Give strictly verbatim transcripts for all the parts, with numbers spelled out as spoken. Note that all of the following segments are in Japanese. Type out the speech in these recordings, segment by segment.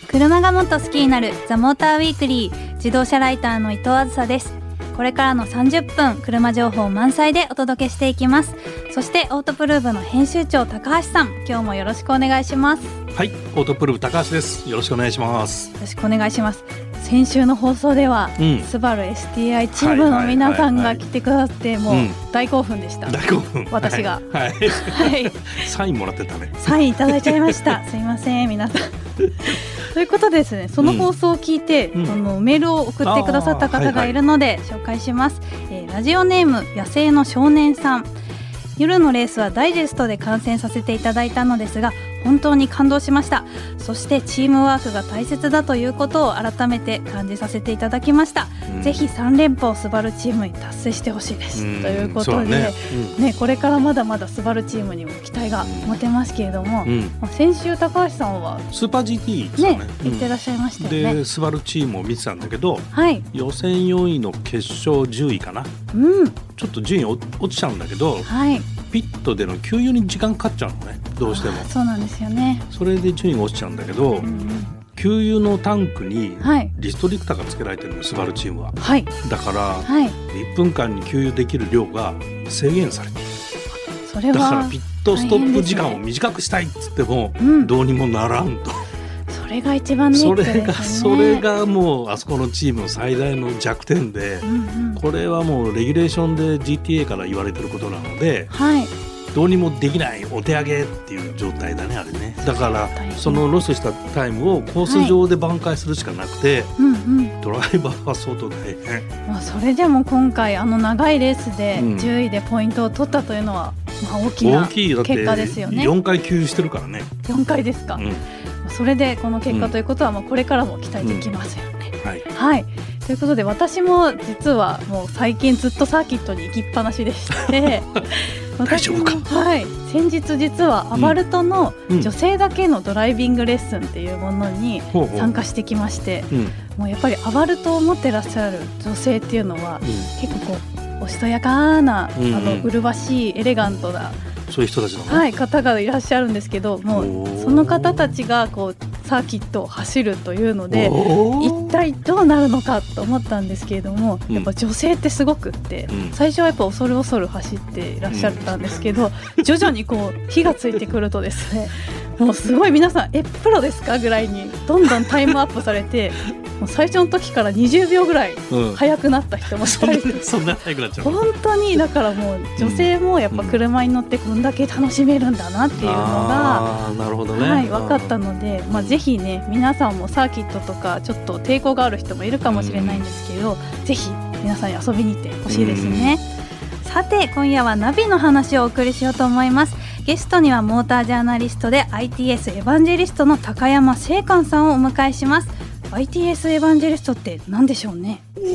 車がもっと好きになるザ・モーターウィークリー、自動車ライターの伊藤あずさです。これからのさんじゅっぷん、車情報満載でお届けしていきます。そしてオートプルーブの編集長高橋さん、今日もよろしくお願いします。 はい、オートプルーブ高橋です。よろしくお願いします。 よろしくお願いします。先週の放送では、うん、スバル エスティーアイ チームの皆さんが来てくださって、もう大興奮でした。 大興奮。 私が、 はいはいはい、サインもらってたね。 サインいただいちゃいましたすいません皆さんということでですね、その放送を聞いて、うん、あのメールを送ってくださった方がいるので紹介します。えー、ラジオネーム野生の少年さん。夜のレースはダイジェストで観戦させていただいたのですが、本当に感動しました。そしてチームワークが大切だということを改めて感じさせていただきました。うん、ぜひさん連覇をスバルチームに達成してほしいです、うん、ということで、ねうんね、これからまだまだスバルチームにも期待が持てますけれども、うんまあ、先週高橋さんはスーパー ジーティー ですよね、 ね言ってらっしゃいましたよね。 でスバルチームを見てたんだけど、 はい、 予選よんいの決勝じゅういかな、 うん、 ちょっと順位落ちちゃうんだけど、 はい、 ピットでの給油に時間かかっちゃうのね、どうしても。 そうなんですよね。 それで順位が落ちちゃうんだけど、うんうん、給油のタンクにリストリクターがつけられてるの、スバルチームは、はい、だから、はい、いっぷんかんに給油できる量が制限されている。 それはだからピットストップ時間を短くしたいっつっても、うん、どうにもならんと。 それが一番ネックですね。 それが、それがもうあそこのチームの最大の弱点で、うんうん、これはもうレギュレーションで ジーティーエー から言われてることなので、はい、どうにもできない、お手上げっていう状態だね、あれね。だからそのロスしたタイムをコース上で挽回するしかなくて、はいうんうん、ドライバーは相当大変。 まあ、それでも今回あの長いレースでじゅういでポイントを取ったというのは、まあ、大きな結果ですよね。 よんかい給油してるからね。 よんかいですか、うん、それでこの結果ということは、まあこれからも期待できますよね、うんはい、はい、ということで私も実はもう最近ずっとサーキットに行きっぱなしでして大丈夫か、 はい、先日実はアバルトの女性だけのドライビングレッスンっていうものに参加してきまして、うん、もうやっぱりアバルトを持ってらっしゃる女性っていうのは、うん、結構こうおしとやかな、うんうん、あの麗しいエレガントなそういう人たちの、ねはい、方がいらっしゃるんですけど、もうその方たちがこうサーキットを走るというので一体どうなるのかと思ったんですけれども、やっぱ女性ってすごくって、うん、最初はやっぱ恐る恐る走っていらっしゃったんですけど、うん、徐々にこう火がついてくるとですねもうすごい皆さんえプロですかぐらいにどんどんタイムアップされてもう最初の時からにじゅうびょうぐらい速くなった人もいたり、 うん、そんな速くなっちゃう。 本当にだからもう女性もやっぱ車に乗ってこんだけ楽しめるんだなっていうのが、 うん、なるほどね、 はい、分かったので、まあ、ぜひね皆さんもサーキットとかちょっと抵抗がある人もいるかもしれないんですけど、うん、ぜひ皆さんに遊びに行ってほしいですね、うん、さて今夜はナビの話をお送りしようと思います。ゲストにはモータージャーナリストで アイティーエス エヴァンジェリストの高山聖寛さんをお迎えします。 アイティーエス エヴァンジェリストって何でしょうね。 The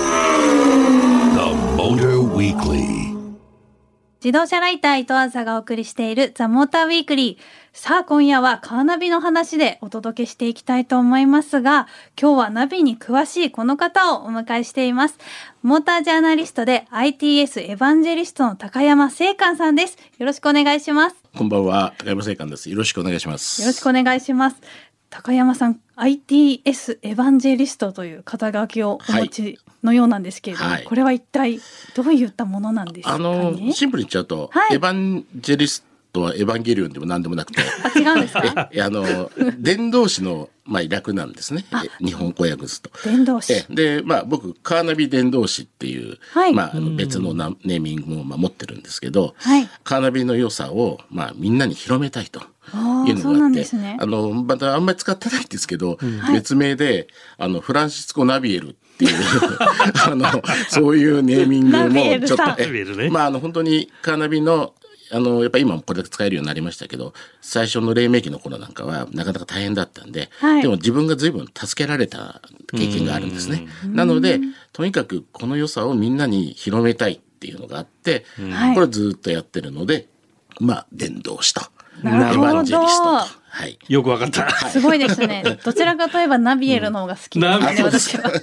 Motor Weekly、 自動車ライター伊藤あずさがお送りしているザ・モーターウィークリー。さあ今夜はカーナビの話でお届けしていきたいと思いますが、今日はナビに詳しいこの方をお迎えしています。モータージャーナリストで アイティーエス エヴァンジェリストの高山聖寛さんです。よろしくお願いします。 こんばんは、高山聖寛です。よろしくお願いします。 よろしくお願いします。高山さん アイティーエス エヴァンジェリストという肩書きをお持ちのようなんですけれども、はい、これは一体どういったものなんですかね。 あのシンプルに言っちゃうと、はい、エヴァンジェリストはエヴァンゲリオンでも何でもなくてあ違うんですかえあの伝道師の、まあ、略なんですね。日本語訳すと伝道師で、まあ、僕カーナビ伝道師っていう、はいまあ、あの別のなネーミングもまあ持ってるんですけど、はい、カーナビの良さを、まあ、みんなに広めたいというのがあって、ね、あのまたあんまり使ってないんですけど、うん、別名であのフランシスコ・ナビエルっていうあのそういうネーミングもちょっとえ、まあ、あの本当にカーナビのあのやっぱり今もこれで使えるようになりましたけど、最初の黎明期の頃なんかはなかなか大変だったんで、はい、でも自分が随分助けられた経験があるんですね。なのでとにかくこの良さをみんなに広めたいっていうのがあって、これずっとやってるので、まあ伝道師とエヴァンジェリストと、はい、 よくわかった、 はい、すごいですね。どちらかといえばナビエルの方が好きですね、うん、私は、はい、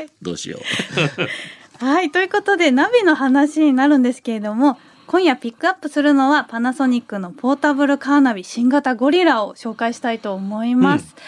どうしようはい、ということでナビの話になるんですけれども、今夜ピックアップするのはパナソニックのポータブルカーナビ新型ゴリラを紹介したいと思います、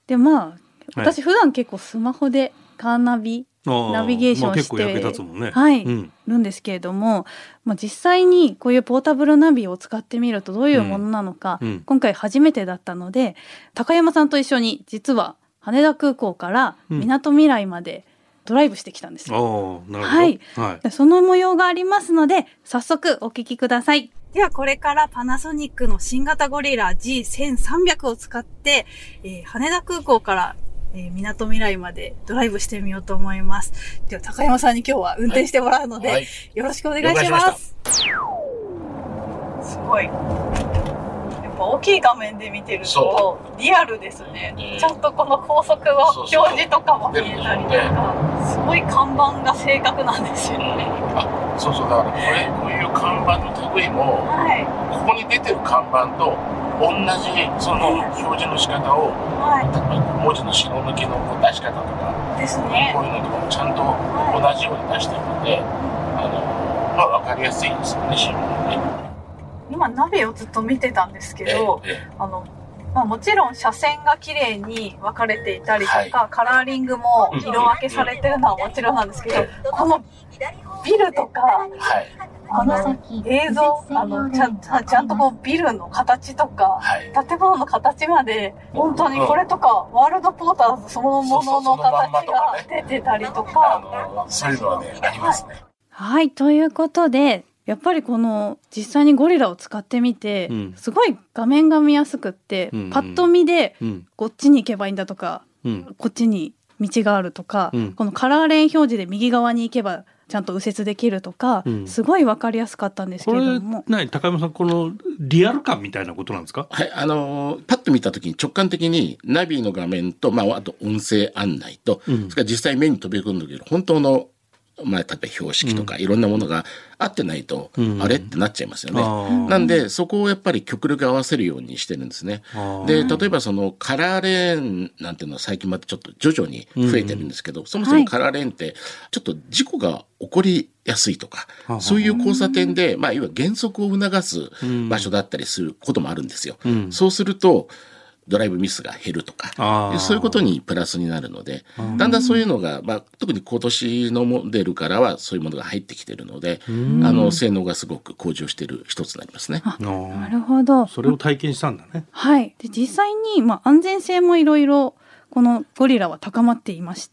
でまあ私普段結構スマホでカーナビ、はい、ナビゲーションして、まあ、結構役立つもんね、はい、うん、るんですけれども、まあ、実際にこういうポータブルナビを使ってみるとどういうものなのか、うん、今回初めてだったので高山さんと一緒に実は羽田空港からみなとみらいまでドライブしてきたんですよ、うん、なるほど、はいはい、その模様がありますので早速お聞きください。ではこれからパナソニックの新型ゴリラ ジーせんさんびゃく を使って、えー、羽田空港からえー、みなとみらいまでドライブしてみようと思います。では高山さんに今日は運転してもらうので、はいはい、よろしくお願いします。すごい。やっぱ大きい画面で見てるとリアルですね。うん、ちゃんとこの高速の表示とかも見えたりとか、すごい看板が正確なんですよね。 うん、あ、そうそう、だからこれこういう看板の類も、はい、ここに出てる看板と同じその表示の仕方を、はい、例えば文字の白抜きの出し方とかですね、こういうのとかもちゃんと同じように出してるので、はい、あのまあ分かりやすいですよね、新聞ね。 今ナビをずっと見てたんですけど、ええ、あのまあ、もちろん車線が綺麗に分かれていたりとか、はい、カラーリングも色分けされてるのはもちろんなんですけど、うん、このビルとか、はい、あの映像、あのちゃん、ちゃんとこうビルの形とか、はい、建物の形まで、本当にこれとか、うん、ワールドポーターズそのものの形が出てたりとか、 そういうのはね、ありますね。 はい、ということで、やっぱりこの実際にゴリラを使ってみて、うん、すごい画面が見やすくって、うんうん、パッと見で、うん、こっちに行けばいいんだとか、うん、こっちに道があるとか、うん、このカラーレーン表示で右側に行けばちゃんと右折できるとか、うん、すごい分かりやすかったんですけれども、 これ何、高山さん、このリアル感みたいなことなんですか？ はい、あのパッと見た時に直感的にナビの画面と、まあ、あと音声案内と、うん、それから実際目に飛び込んでくる本当の、まあ、例えば標識とかいろんなものが合ってないと、うん、あれってなっちゃいますよね、うん、なんでそこをやっぱり極力合わせるようにしてるんですね。で、例えばそのカラーレーンなんていうのは最近またちょっと徐々に増えてるんですけど、うん、そもそもカラーレーンってちょっと事故が起こりやすいとか、はい、そういう交差点で、まあ、要は減速を促す場所だったりすることもあるんですよ、うん、そうするとドライブミスが減るとか、そういうことにプラスになるので、だんだんそういうのが、まあ、特に今年のモデルからはそういうものが入ってきているので、あの性能がすごく向上している一つになりますね。 なるほど。 それを体験したんだね。 はい。で、実際に、まあ、安全性もいろいろこのゴリラは高まっていまして、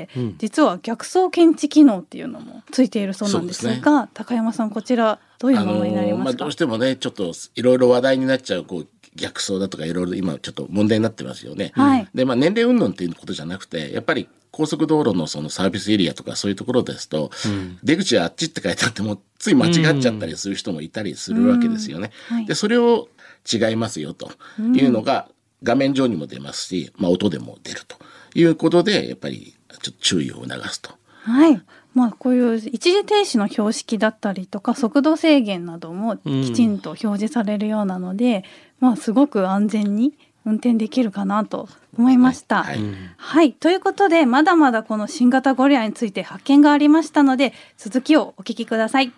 うん、実は逆走検知機能っていうのもついているそうなんですが、ね、高山さん、こちらどういうものになりますか？あのーまあ、 どうしてもね、ちょっといろいろ話題になっちゃうこう逆走だとかいろいろ今ちょっと問題になってますよね、はい、で、まあ、年齢云々っていうことじゃなくて、やっぱり高速道路のそのサービスエリアとかそういうところですと、うん、出口はあっちって書いてあってもつい間違っちゃったりする人もいたりするわけですよね、うんはい、でそれを違いますよというのが画面上にも出ますし、まあ、音でも出るということで、やっぱりちょっと注意を促すと。 はい、まあ、こういう一時停止の標識だったりとか速度制限などもきちんと表示されるようなので、うん、まあ、すごく安全に運転できるかなと思いました。はい、はいはい、ということで、まだまだこの新型ゴリラについて発見がありましたので、続きをお聞きください。 い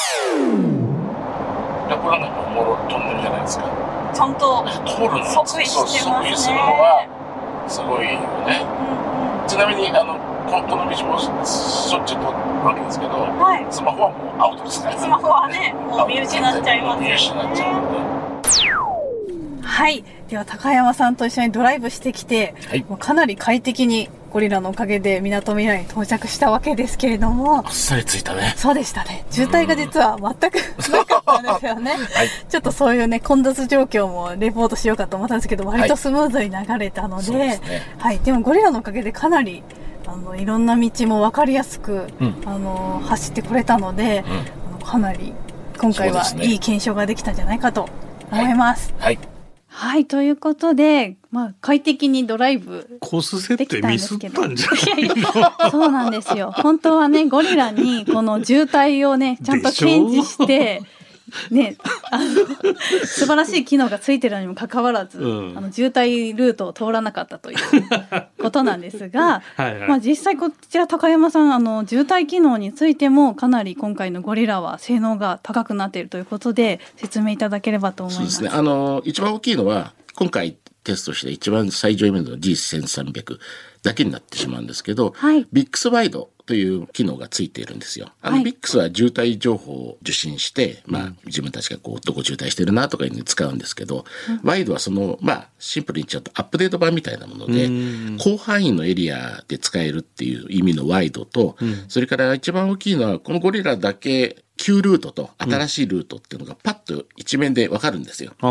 や、これなんかもろトンネルじゃないですか。 ちゃんと通るの即位してますね。 即位するのはすごいよね、うんうん、ちなみにあのこの道もしょっちゅう通るわけですけど、はい、スマホはもうアウトですね。 スマホはね、もう見失っちゃいますよね。 見失っちゃうので。 はい、では高山さんと一緒にドライブしてきて、はい、もうかなり快適にゴリラのおかげでみなとみらいに到着したわけですけれども、 あっさり着いたね。 そうでしたね。渋滞が実は全くなかったんですよね、はい、ちょっとそういうね混雑状況もレポートしようかと思ったんですけど、割とスムーズに流れたので、はい、ねはい、でもゴリラのおかげでかなりあのいろんな道も分かりやすく、うん、あの走ってこれたので、うん、あのかなり今回はいい検証ができたんじゃないかと思います。 はい、はいはい、ということで、まあ、快適にドライブコース設定ミスったんじゃない？ いやいや、そうなんですよ。本当はね、ゴリラにこの渋滞をねちゃんと検知してね、あの素晴らしい機能がついてるのにもかかわらず、うん、あの渋滞ルートを通らなかったということなんですがはい、はい、まあ、実際こちら高山さん、あの渋滞機能についてもかなり今回のゴリラは性能が高くなっているということで説明いただければと思います。 そうですね、あの一番大きいのは今回テストして一番最上面の ジーせんさんびゃく だけになってしまうんですけど、 はい、 ビックスワイドという機能がついているんですよ。あの、はい、ビックスは渋滞情報を受信して、まあ、自分たちがこうどこ渋滞してるなとかいうのに使うんですけど、うん、ワイドはその、まあ、シンプルに言っちゃうとアップデート版みたいなもので、広範囲のエリアで使えるっていう意味のワイドと、うん、それから一番大きいのはこのゴリラだけ旧ルートと新しいルートっていうのがパッと一面でわかるんですよ。うん、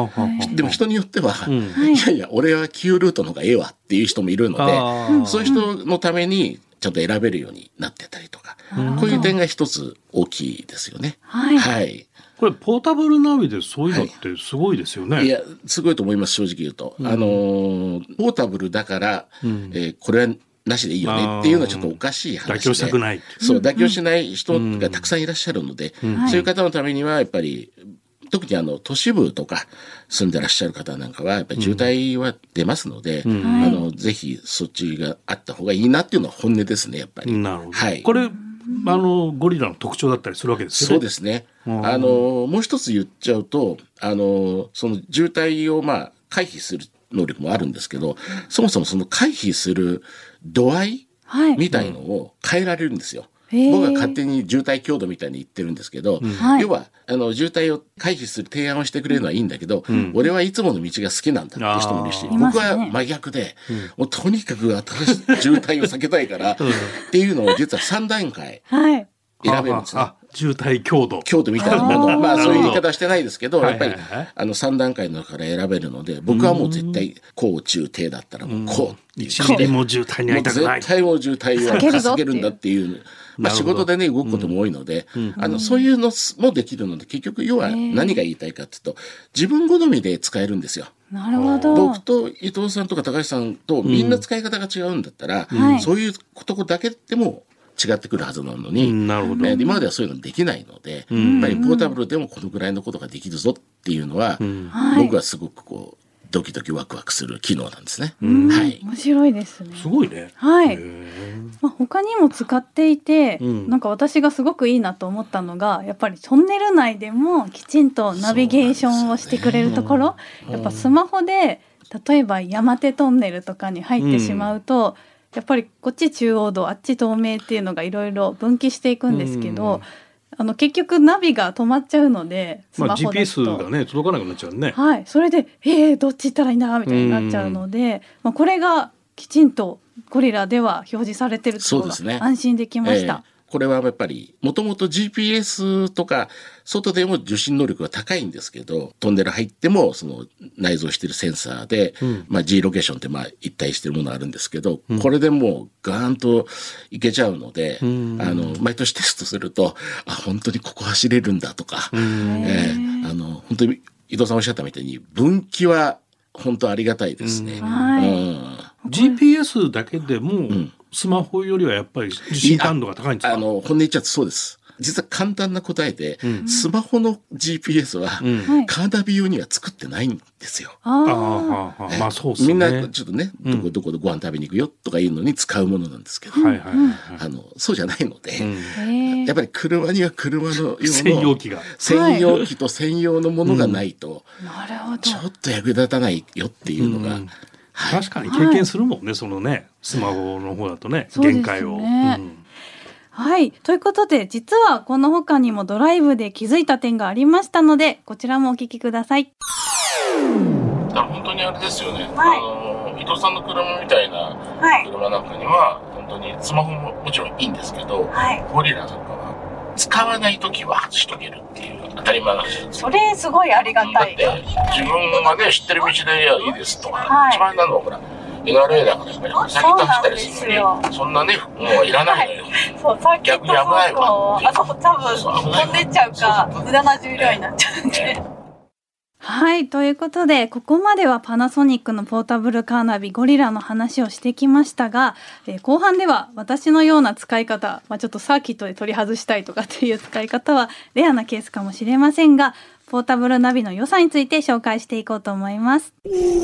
でも人によっては、うん、いやいや俺は旧ルートの方がええわっていう人もいるので、そういう人のためにちゃんと選べるようになってたりとか、こういう点が一つ大きいですよね。 はい、 はい、 これポータブルナビでそういうのってすごいですよね。 はい、いやすごいと思います正直言うと、うん、あのポータブルだから、うん、えー、これはなしでいいよねっていうのはちょっとおかしい話で、 妥協したくない、 そう妥協しない人がたくさんいらっしゃるので、うん、そういう方のためにはやっぱり特にあの都市部とか住んでらっしゃる方なんかはやっぱり渋滞は出ますので、うん、あのぜひそっちがあった方がいいなっていうのは本音ですねやっぱり。 なるほど、 はい、 これあのゴリラの特徴だったりするわけですよね。 そうですね。あのもう一つ言っちゃうとあのその渋滞をまあ回避する能力もあるんですけど、そもそもその回避する度合いみたいのを変えられるんですよ。僕は勝手に渋滞強度みたいに言ってるんですけど、うん、要はあの渋滞を回避する提案をしてくれるのはいいんだけど、うん、俺はいつもの道が好きなんだっていう人もいるし、僕は真逆で、うん、もうとにかく新しい渋滞を避けたいから、うん、っていうのを実はさん段階選べるんですね。 はい、渋滞強度強度みたいなもの、まあそういう言い方はしてないですけど、やっぱりあのさん段階の中から選べるので、僕はもう絶対高中低だったらもうこうっていう、 いちミリも渋滞に遭いたくない、 絶対もう渋滞は避けるんだっていう。まあ、仕事でね動くことも多いので、うん、あのそういうのもできるので、結局要は何が言いたいかっていうと、自分好みで使えるんですよ。 なるほど。 僕と伊藤さんとか高橋さんとみんな使い方が違うんだったら、うん、そういうとこだけでも違ってくるはずなのに、うん、なるほど、今まではそういうのできないので、うん、やっぱりポータブルでもこのぐらいのことができるぞっていうのは、うん、僕はすごくこうドキドキワクワクする機能なんですね。はい、 面白いですね。 すごいね。 はい。まあ、他にも使っていて、うん、なんか私がすごくいいなと思ったのが、やっぱりトンネル内でもきちんとナビゲーションをしてくれるところ、ね、やっぱスマホで例えば山手トンネルとかに入ってしまうと、うん、やっぱりこっち中央道あっち東名っていうのがいろいろ分岐していくんですけど、うん、あの結局ナビが止まっちゃうので、スマホだと、 まあ、ジーピーエス がね届かなくなっちゃうね。 はい、それでえー、どっち行ったらいいんだみたいになっちゃうので、まあ、これがきちんとゴリラでは表示されてるってことが安心できました。 これはやっぱりもともと ジーピーエス とか外でも受信能力が高いんですけど、トンネル入ってもその内蔵しているセンサーで、うん、まあ、G ロケーションってまあ一体しているものがあるんですけど、うん、これでもうガーンといけちゃうので、うん、あの毎年テストすると、あ本当にここ走れるんだとか、えー、あの本当に伊藤さんおっしゃったみたいに分岐は本当ありがたいですね。 はい、 うん、ジーピーエス だけでも、うん、スマホよりはやっぱり受信感度が高いんですか？ あの本音言っちゃうとそうです。実は簡単な答えで、うん、スマホの ジーピーエス は、うん、カーナビ用には作ってないんですよ。 ああ、まあそうですね。 みんなちょっとね、どこどこでご飯食べに行くよとかいうのに使うものなんですけど、 はいはいはいはい、 あのそうじゃないので、うん、やっぱり車には車の用の専用機が専用機と専用のものがないと、 うん、なるほど、 ちょっと役立たないよっていうのが、うん、 はい、確かに経験するもんね、はい、そのねスマホの方だとね、限界を。 はい、ということで実はこの他にもドライブで気づいた点がありましたので、こちらもお聞きください。 本当にあれですよね、はい、あの伊藤さんの車みたいな車なんかには、はい、本当にスマホももちろんいいんですけど、はい、ゴリラなんかは使わないときは外しとけるっていう当たり前の話なんですよ。 それすごいありがたい。 だって自分がね知ってる道でやいいですとか、はい、一番なのはほらエヌアールエー だからやっぱり先走ったりするのに、そんなねもういらないのよ。 そうさっき逆に危ないわ。あと多分飛んでっちゃうか無駄な重量になっちゃうんで。はい、ということでここまではパナソニックのポータブルカーナビゴリラの話をしてきましたが、えー、後半では私のような使い方、まあ、ちょっとサーキットで取り外したいとかっていう使い方はレアなケースかもしれませんが、ポータブルナビの良さについて紹介していこうと思います。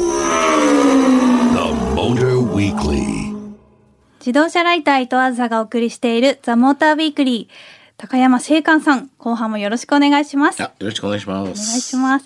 自動車ライター伊藤あずさがお送りしているザ・モーターウィークリー。高山聖寛さん、後半もよろしくお願いします。 よろしくお願いします。 お願いします。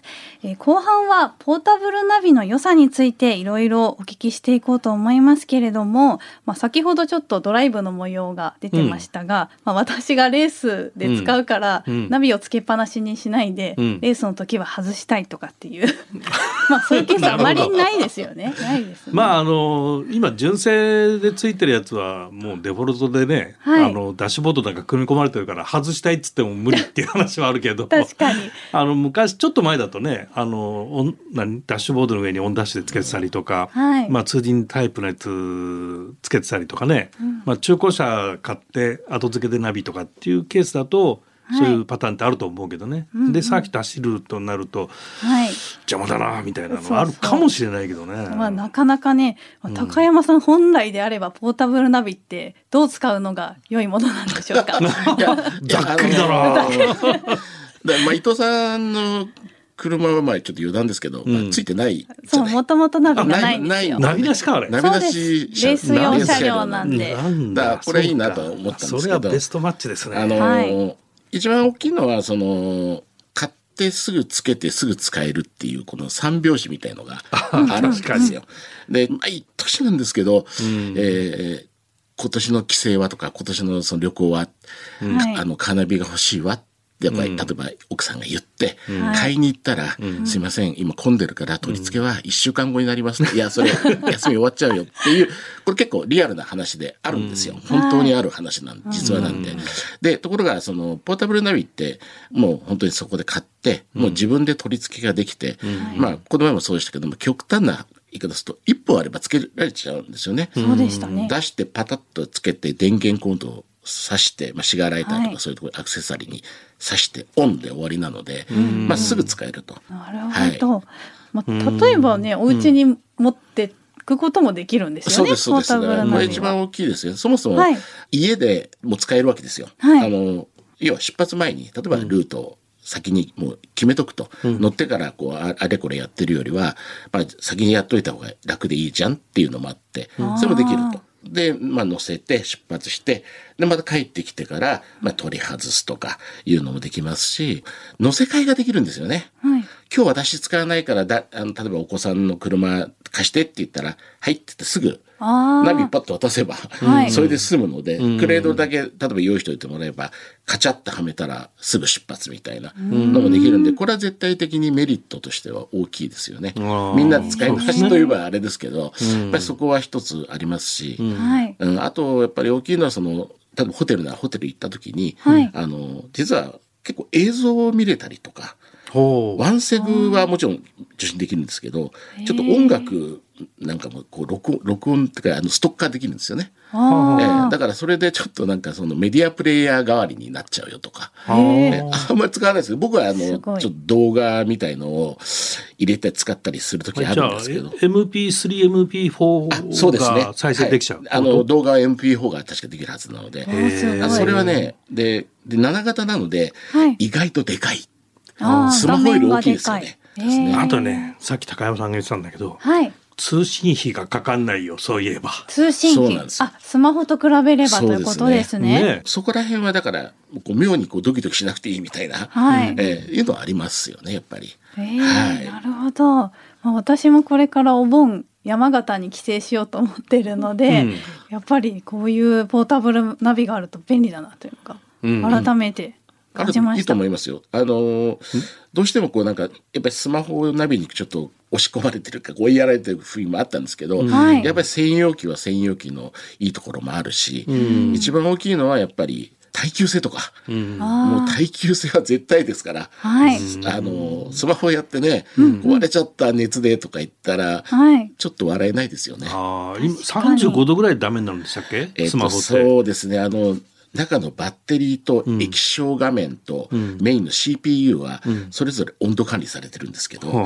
えー、後半はポータブルナビの良さについていろいろお聞きしていこうと思いますけれども、まあ、先ほどちょっとドライブの模様が出てましたが、うん、まあ、私がレースで使うから、うん、ナビをつけっぱなしにしないで、うん、レースの時は外したいとかっていうまあそういうケースあまりないですよね。ないですね。 まああの今純正でついてるやつはもうデフォルトでね、はい、あのダッシュボードなんか組み込まれてるから外したいっつっても無理っていう話はあるけど確かにあの昔ちょっと前だとね、あの何ダッシュボードの上にオンダッシュでつけてたりとか、はい、まあ、ツーディータイプのやつつけてたりとかね、うん、まあ、中古車買って後付けでナビとかっていうケースだとそういうパターンってあると思うけどね、はい、でサーキット走るとなると、はい、邪魔だなみたいなのがあるかもしれないけどね。そうそう、 まあ、なかなかね、高山さん本来であればポータブルナビってどう使うのが良いものなんでしょうか。 いやざっくりだなで、まあ、伊藤さんの車はまあちょっと余談ですけど、うん、まあ、ついてないじゃない。 そう、もともとナビがないんですよ。 ナビなしかあれ。 ナビなしレース用車両なんで。 なんだ、これいいなと思ったんですけど。 それはベストマッチですね。 あのーはい、 一番大きいのはその買ってすぐつけてすぐ使えるっていうこの三拍子みたいのがあるんですよ。で、毎年なんですけど、うん、えー、今年の帰省はとか今年のその旅行は、うん、あのカーナビが欲しいわ。やっぱり例えば奥さんが言って、うん、買いに行ったら、うん、すいません今混んでるから取り付けはいっしゅうかんごになります、ね、うん、いやそれ休み終わっちゃうよっていうこれ結構リアルな話であるんですよ、うん、本当にある話なん実話なんで、うん、でところがそのポータブルナビってもう本当にそこで買って、うん、もう自分で取り付けができて、うん、まあこの前もそうでしたけども極端な言い方するといっぽんあればつけられちゃうんですよね。 そうでしたね。 出してパタッとつけて電源コードを挿して、まあ、シガーライターとかそういうところ、はい、アクセサリーに挿してオンで終わりなので、まあ、すぐ使えると。 なるほど、はい、まあ、例えばねお家に持ってくこともできるんですよね。 そうですそうです。まあ、一番大きいですよ。そもそも家でも使えるわけですよ、はい、あの要は出発前に例えばルートを先にもう決めとくと、うん、乗ってからこうあれこれやってるよりは、まあ、先にやっといた方が楽でいいじゃんっていうのもあって、うん、それもできると。で、まあ、乗せて出発してでまた帰ってきてから、まあ、取り外すとかいうのもできますし乗せ替えができるんですよね、はい、今日私使わないからだあの例えばお子さんの車貸してって言ったらはいって言ってすぐナビパッと渡せば、はい、それで済むので、うん、クレードルだけ例えば用意しておいてもらえばカチャッとはめたらすぐ出発みたいなのもできるんで、これは絶対的にメリットとしては大きいですよね。みんなで使い回しといえばあれですけど、うん、やっぱりそこは一つありますし、うんうん、あとやっぱり大きいのはその例えばホテルならホテル行った時に、はい、あの実は結構映像を見れたりとかワンセグはもちろん受信できるんですけどちょっと音楽なんかもこう録音、録音っていうかあのストッカーできるんですよね、えー、だからそれでちょっとなんかそのメディアプレイヤー代わりになっちゃうよとか、えー、あんまり使わないですけど僕はあのちょっと動画みたいのを入れて使ったりするときあるんですけどエムピースリー、エムピーフォー が再生できちゃう、 はい、あの動画は エムピーフォー が確かできるはずなのでそれはねででなな型なので、はい、意外とでかいスマホより大きいですよね。 あとねさっき高山さんが言ってたんだけど、はい、通信費がかかんないよそういえば。 通信費そうなんです。あスマホと比べればということですね。ねそこら辺はだからこう妙にこうドキドキしなくていいみたいな、はいえー、いうのはありますよねやっぱり。 えーはい、なるほど、まあ、私もこれからお盆山形に帰省しようと思っているので、うん、やっぱりこういうポータブルナビがあると便利だなというか、うんうん、改めて感じました。 いいと思いますよ。あのー、どうしてもこうなんかやっぱりスマホナビにちょっと押し込まれてるか追いやられてる雰囲気もあったんですけど、はい、やっぱり専用機は専用機のいいところもあるし、うん、一番大きいのはやっぱり耐久性とか、うん、もう耐久性は絶対ですから、はい、あのスマホやってね、うん、壊れちゃった熱でとか言ったら、はい、ちょっと笑えないですよね。 あ今さんじゅうごどぐらいダメになるんでしたっけ、えー、スマホって。 そうですねあの中のバッテリーと液晶画面とメインの シーピーユー はそれぞれ温度管理されてるんですけど、うん、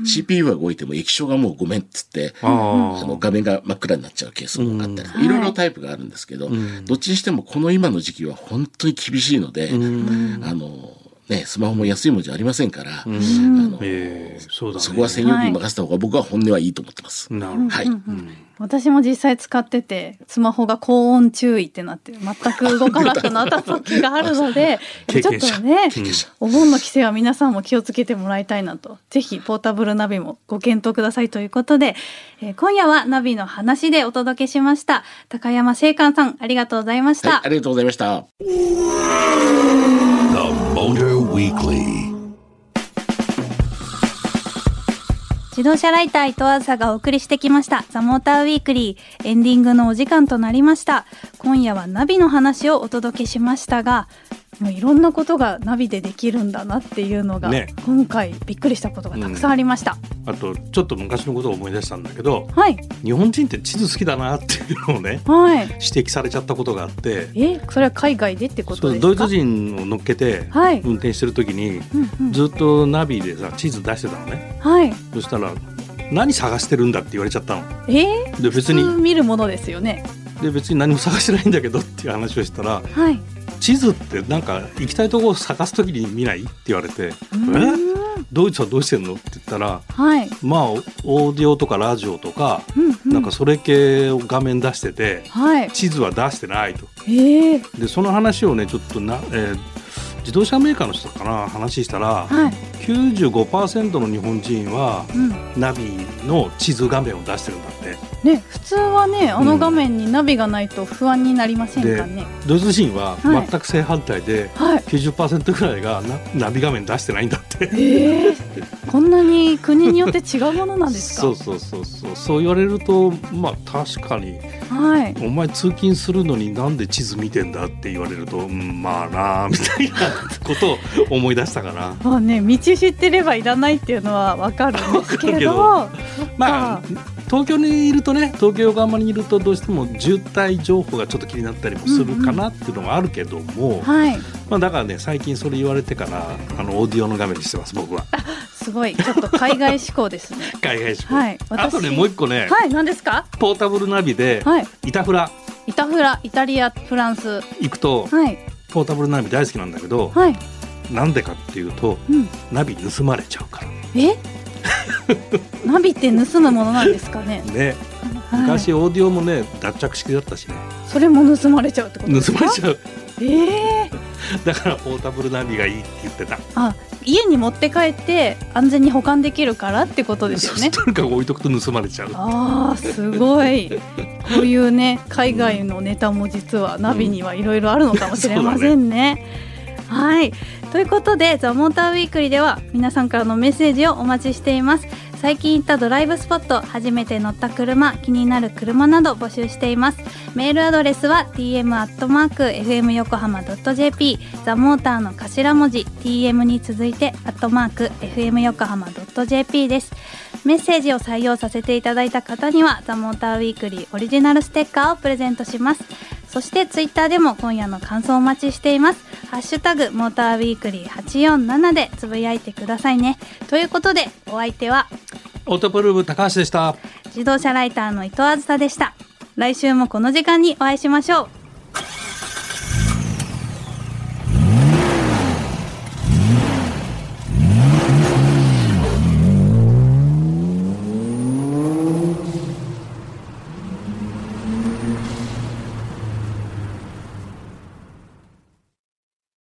シーピーユー が動いても液晶がもうごめんっつって、うん、あの画面が真っ暗になっちゃうケースもあったり、うん、いろいろタイプがあるんですけど、うん、どっちにしてもこの今の時期は本当に厳しいので、うん、あのね、スマホも安いもんじゃありませんから、うん、あのえー そうだね、 そこは専用機に任せた方が僕は本音はいいと思ってます。 なるほど、 はい、うんうん、 私も実際使っててスマホが高温注意ってなって全く動かなくなった時があるのでちょっとね、お盆の規制は皆さんも気をつけてもらいたいなと、ぜひポータブルナビもご検討くださいということで、えー、今夜はナビの話でお届けしました。高山聖寛さん、ありがとうございました。 はい、ありがとうございました。 自動車ライター伊藤梓がお送りしてきましたザ・モーターウィークリー、エンディングのお時間となりました。今夜はナビの話をお届けしましたが、もういろんなことがナビでできるんだなっていうのが、ね、今回びっくりしたことがたくさんありました、 うん、あとちょっと昔のことを思い出したんだけど、 はい、 日本人って地図好きだなっていうのをね、 はい、 指摘されちゃったことがあって、 えそれは海外でってことですか？ ドイツ人を乗っけて運転してる時に、はい、ずっとナビでさ地図出してたのね、 はい、 そしたら何探してるんだって言われちゃったの。 えー、 で別に普通見るものですよね。 で別に何も探してないんだけどっていう話をしたら、 はい、 地図ってなんか行きたいところを探すときに見ないって言われて、えドイツはどうしてんのって言ったら、 はい、 まあオーディオとかラジオとか、うんうん、なんかそれ系を画面出してて、はい、地図は出してないと、 えー、 でその話をねちょっとな、えー、自動車メーカーの人かな話したら、はい、きゅうじゅうごパーセント の日本人は、うん、ナビの地図画面を出してるんだって。 ね、普通はねあの画面にナビがないと不安になりませんかね、 うん、ドイツ人は全く正反対で、はい、きゅうじゅっパーセント ぐらいが ナ, ナビ画面出してないんだって、 えー、こんなに国によって違うものなんですか？ そうそうそうそうそう言われるとまあ確かに、はい、お前通勤するのになんで地図見てんだって言われると、うん、まあなみたいなことを思い出したかなまあね、道知ってればいらないっていうのは分かるんですけどまあ東京にいるとね、東京横浜にいるとどうしても渋滞情報がちょっと気になったりもするかなっていうのがあるけども、うんうん、はい、まあ、だからね最近それ言われてからあのオーディオの画面にしてます僕は。 すごいちょっと海外志向ですね海外志向、 はい、 あとねもう一個ね、 はい、何ですか？ ポータブルナビで、はい、イタフライタフライタリアフランス行くと、はい、ポータブルナビ大好きなんだけど、はい、なんでかっていうと、うん、ナビ盗まれちゃうから。 えナビって盗むものなんですかね。 ね、昔オーディオもね脱着式だったしね。 それも盗まれちゃうってことですか？ 盗まれちゃう。 えー、 だからポータブルナビがいいって言ってた。 あ、家に持って帰って安全に保管できるからってことですよね。 とにかく置いとくと盗まれちゃう。 あーすごいこういうね海外のネタも実はナビにはいろいろあるのかもしれませんね、うん、はい、ということでザ・モーターウィークリーでは皆さんからのメッセージをお待ちしています。最近行ったドライブスポット、初めて乗った車、気になる車など募集しています。メールアドレスは ティーエムアットマークエフエムヨコハマドットジェーピー、 ザ・モーターの頭文字 ティーエム に続いてアットマーク エフエムヨコハマドットジェーピー です。メッセージを採用させていただいた方にはザ・モーターウィークリーオリジナルステッカーをプレゼントします。そしてツイッターでも今夜の感想をお待ちしています。ハッシュタグモーターウィークリーはちよんななでつぶやいてくださいね。ということでお相手はオートプルーブ高橋でした。 自動車ライターの伊藤あずさでした。来週もこの時間にお会いしましょう。